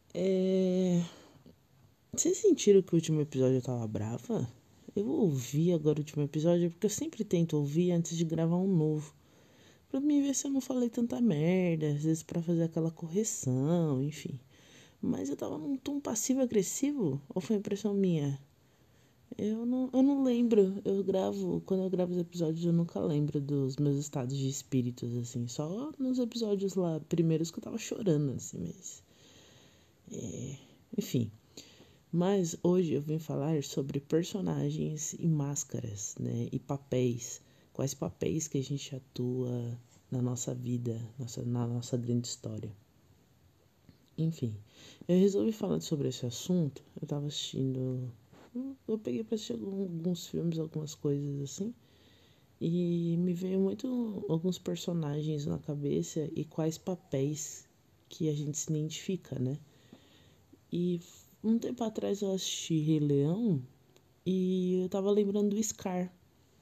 É... Vocês sentiram que o último episódio eu tava brava? Eu ouvi agora o último episódio porque eu sempre tento ouvir antes de gravar um novo. Pra mim ver se eu não falei tanta merda, às vezes pra fazer aquela correção, enfim. Mas eu tava num tom passivo-agressivo? Ou foi impressão minha? Eu não lembro. Quando eu gravo os episódios, eu nunca lembro dos meus estados de espíritos, assim. Só nos episódios lá, primeiros que eu tava chorando, assim, mas. Enfim. Mas hoje eu vim falar sobre personagens e máscaras, né? E papéis. Quais papéis que a gente atua na nossa vida, na nossa grande história. Enfim, eu resolvi falar sobre esse assunto. Eu tava assistindo. Eu peguei pra assistir alguns filmes, algumas coisas assim. E me veio muito alguns personagens na cabeça e quais papéis que a gente se identifica, né? E um tempo atrás eu assisti Rei Leão e eu tava lembrando do Scar.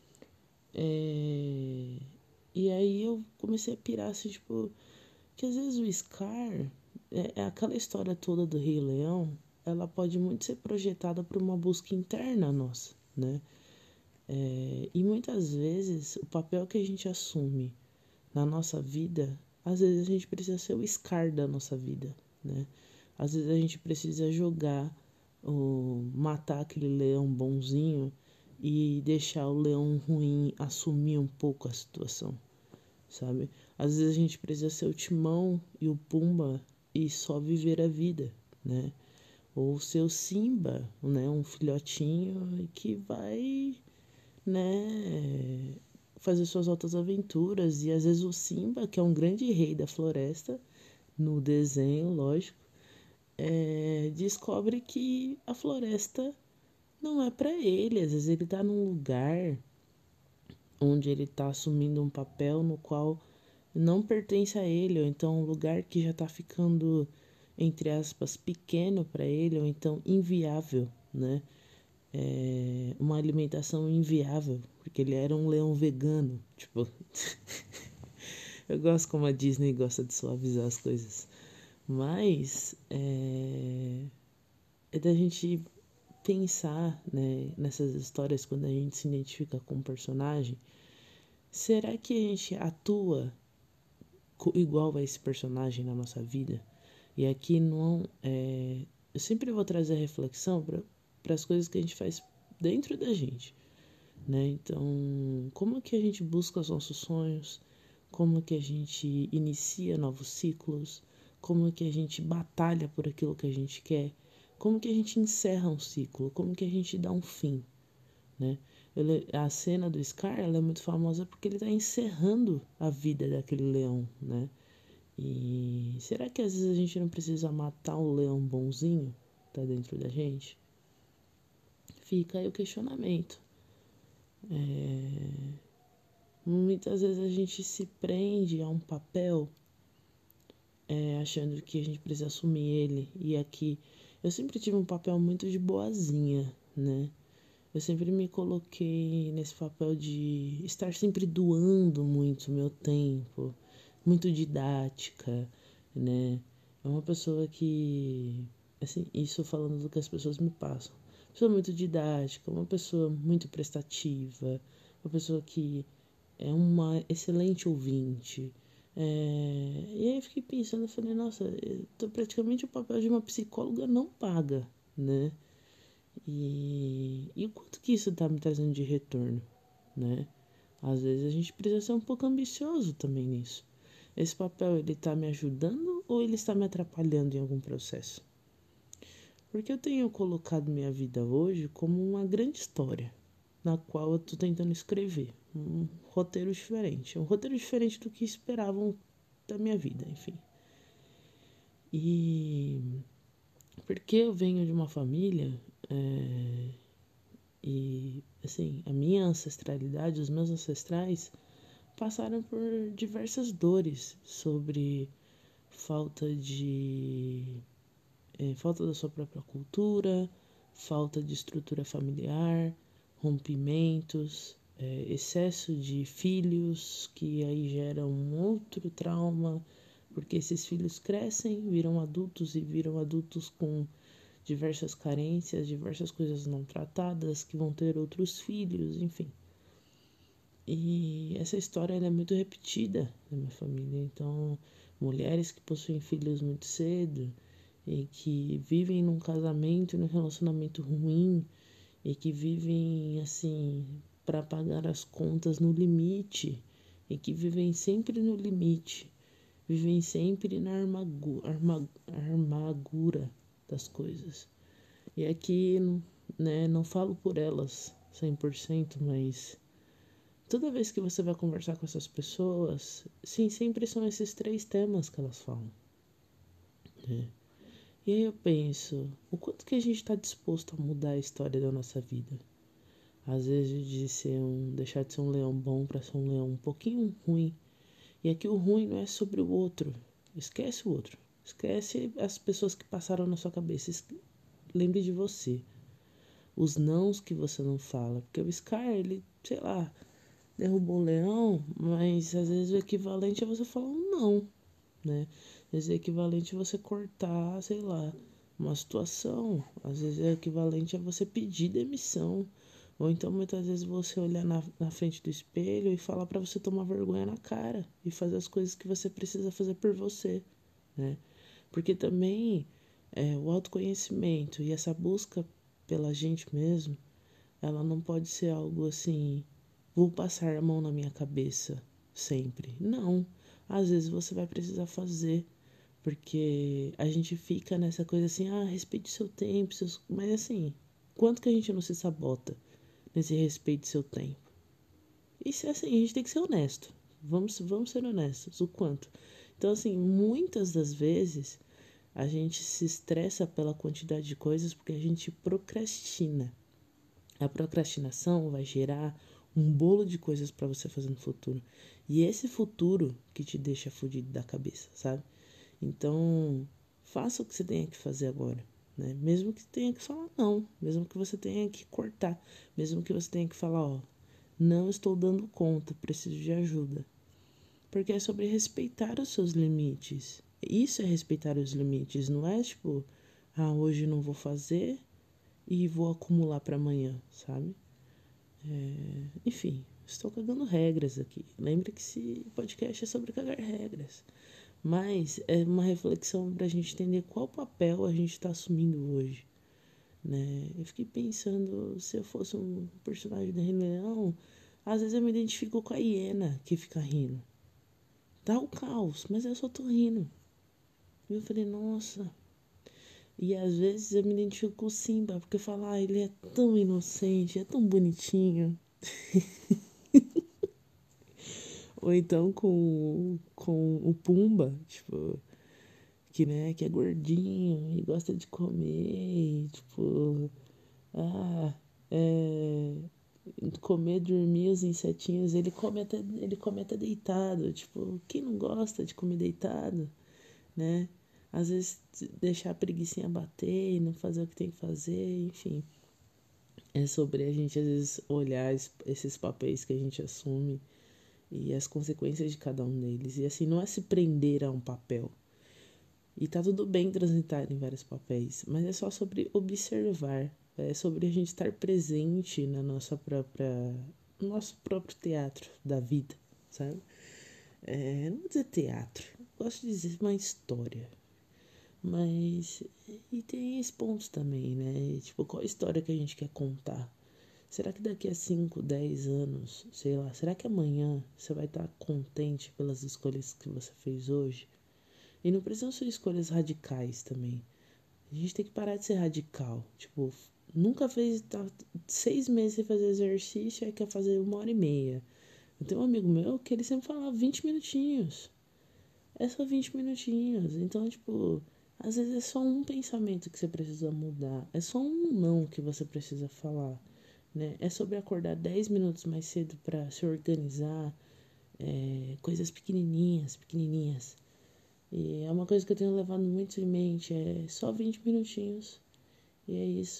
É... E aí eu comecei a pirar assim, tipo, que às vezes o Scar, aquela história toda do Rei Leão, ela pode muito ser projetada por uma busca interna nossa, né? E muitas vezes o papel que a gente assume na nossa vida, às vezes a gente precisa ser o Scar da nossa vida, né? Às vezes a gente precisa jogar, ou matar aquele leão bonzinho e deixar o leão ruim assumir um pouco a situação, sabe? Às vezes a gente precisa ser o Timão e o Pumba e só viver a vida, né? Ou ser o Simba, né? Um filhotinho que vai, né? Fazer suas altas aventuras. E às vezes o Simba, que é um grande rei da floresta, no desenho, lógico, descobre que a floresta não é para ele. Às vezes ele tá num lugar onde ele tá assumindo um papel no qual não pertence a ele, ou então um lugar que já tá ficando, entre aspas, pequeno para ele, ou então inviável, né? Uma alimentação inviável, porque ele era um leão vegano, tipo. Eu gosto como a Disney gosta de suavizar as coisas, mas é da gente pensar, né, nessas histórias quando a gente se identifica com um personagem. Será que a gente atua igual a esse personagem na nossa vida? E aqui não eu sempre vou trazer a reflexão para as coisas que a gente faz dentro da gente, né? Então, como que a gente busca os nossos sonhos? Como que a gente inicia novos ciclos? Como que a gente batalha por aquilo que a gente quer? Como que a gente encerra um ciclo? Como que a gente dá um fim, né? A cena do Scar, ela é muito famosa porque ele está encerrando a vida daquele leão, né? E será que às vezes a gente não precisa matar o leão bonzinho que tá dentro da gente? Fica aí o questionamento. Muitas vezes a gente se prende a um papel, achando que a gente precisa assumir ele. E aqui eu sempre tive um papel muito de boazinha, né? Eu sempre me coloquei nesse papel de estar sempre doando muito meu tempo, muito didática, né? É uma pessoa que, assim, isso falando do que as pessoas me passam. Uma pessoa muito didática, uma pessoa muito prestativa, uma pessoa que é uma excelente ouvinte. E aí eu fiquei pensando, eu falei, nossa, eu tô praticamente o papel de uma psicóloga não paga, né? E o quanto que isso tá me trazendo de retorno, né? Às vezes a gente precisa ser um pouco ambicioso também nisso. Esse papel, ele tá me ajudando ou ele está me atrapalhando em algum processo? Porque eu tenho colocado minha vida hoje como uma grande história, na qual eu tô tentando escrever um roteiro diferente. Um roteiro diferente do que esperavam da minha vida, enfim. E porque eu venho de uma família e, assim, a minha ancestralidade, os meus ancestrais passaram por diversas dores sobre falta de falta da sua própria cultura, falta de estrutura familiar, rompimentos, excesso de filhos que aí gera um outro trauma, Porque esses filhos crescem, viram adultos e viram adultos com diversas carências, diversas coisas não tratadas, que vão ter outros filhos, enfim. E essa história ela é muito repetida na minha família. Então, mulheres que possuem filhos muito cedo e que vivem num casamento, num relacionamento ruim e que vivem assim para pagar as contas no limite e que vivem sempre no limite, vivem sempre na armadura das coisas. E aqui, né, não falo por elas 100%, mas toda vez que você vai conversar com essas pessoas, sim, sempre são esses três temas que elas falam, né? E aí eu penso, o quanto que a gente está disposto a mudar a história da nossa vida? Às vezes deixar de ser um leão bom para ser um leão um pouquinho ruim. E aqui o ruim não é sobre o outro. Esquece o outro. Esquece as pessoas que passaram na sua cabeça. Lembre de você. Os nãos que você não fala. Porque o Scar, ele, sei lá, derrubou o leão, mas às vezes o equivalente é você falar um não, né? Às vezes é equivalente a você cortar, sei lá, uma situação. Às vezes é equivalente a você pedir demissão. Ou então muitas vezes você olhar na frente do espelho e falar para você tomar vergonha na cara e fazer as coisas que você precisa fazer por você, né? Porque também o autoconhecimento e essa busca pela gente mesmo, ela não pode ser algo assim, vou passar a mão na minha cabeça sempre. Não. Às vezes você vai precisar fazer, porque a gente fica nessa coisa assim, respeite seu tempo, mas assim, quanto que a gente não se sabota nesse respeito seu tempo? Isso é assim, a gente tem que ser honesto. Vamos ser honestos, o quanto. Então, assim, muitas das vezes a gente se estressa pela quantidade de coisas porque a gente procrastina. A procrastinação vai gerar um bolo de coisas para você fazer no futuro. E esse futuro que te deixa fudido da cabeça, sabe? Então, faça o que você tenha que fazer agora, né? Mesmo que tenha que falar não, mesmo que você tenha que cortar, mesmo que você tenha que falar, ó, não estou dando conta, preciso de ajuda. Porque é sobre respeitar os seus limites. Isso é respeitar os limites, não é tipo, hoje não vou fazer e vou acumular para amanhã, sabe? Enfim, estou cagando regras aqui. Lembre que esse podcast é sobre cagar regras. Mas é uma reflexão para a gente entender qual papel a gente está assumindo hoje, né? Eu fiquei pensando, se eu fosse um personagem da Rei Leão, às vezes eu me identifico com a hiena que fica rindo. Tá o caos, mas eu só tô rindo. E eu falei, nossa. E às vezes eu me identifico com o Simba, porque eu falo, ele é tão inocente, é tão bonitinho. Ou então com o Pumba, tipo, que é gordinho e gosta de comer, e, tipo, ah, é, comer, dormir os insetinhos, ele come até deitado, tipo, quem não gosta de comer deitado, né? Às vezes deixar a preguicinha bater e não fazer o que tem que fazer, enfim. É sobre a gente às vezes olhar esses papéis que a gente assume e as consequências de cada um deles. E assim, não é se prender a um papel. E tá tudo bem transitar em vários papéis, mas é só sobre observar. É sobre a gente estar presente na no nosso próprio teatro da vida, sabe? Não vou dizer teatro, gosto de dizer uma história. Mas, e tem esse ponto também, né? Tipo, qual a história que a gente quer contar? Será que daqui a 5, 10 anos, sei lá, será que amanhã você vai estar contente pelas escolhas que você fez hoje? E não precisam ser escolhas radicais também. A gente tem que parar de ser radical. Tipo, nunca fez 6 meses sem fazer exercício, aí quer fazer 1h30. Eu tenho um amigo meu que ele sempre fala 20 minutinhos. É só 20 minutinhos. Então, tipo, às vezes é só um pensamento que você precisa mudar. É só um não que você precisa falar, né? É sobre acordar 10 minutos mais cedo para se organizar. Coisas pequenininhas, pequenininhas. E é uma coisa que eu tenho levado muito em mente. É só 20 minutinhos. E é isso.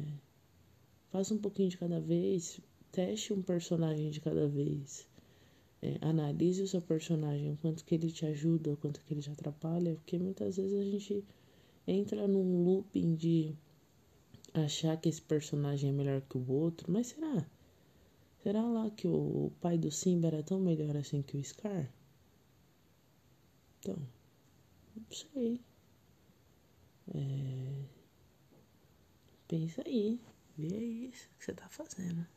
Faça um pouquinho de cada vez. Teste um personagem de cada vez. Analise o seu personagem, o quanto que ele te ajuda, o quanto que ele te atrapalha, porque muitas vezes a gente entra num looping de achar que esse personagem é melhor que o outro, mas será? Será lá que o pai do Simba era tão melhor assim que o Scar? Então, não sei. Pensa aí, vê aí o que você tá fazendo.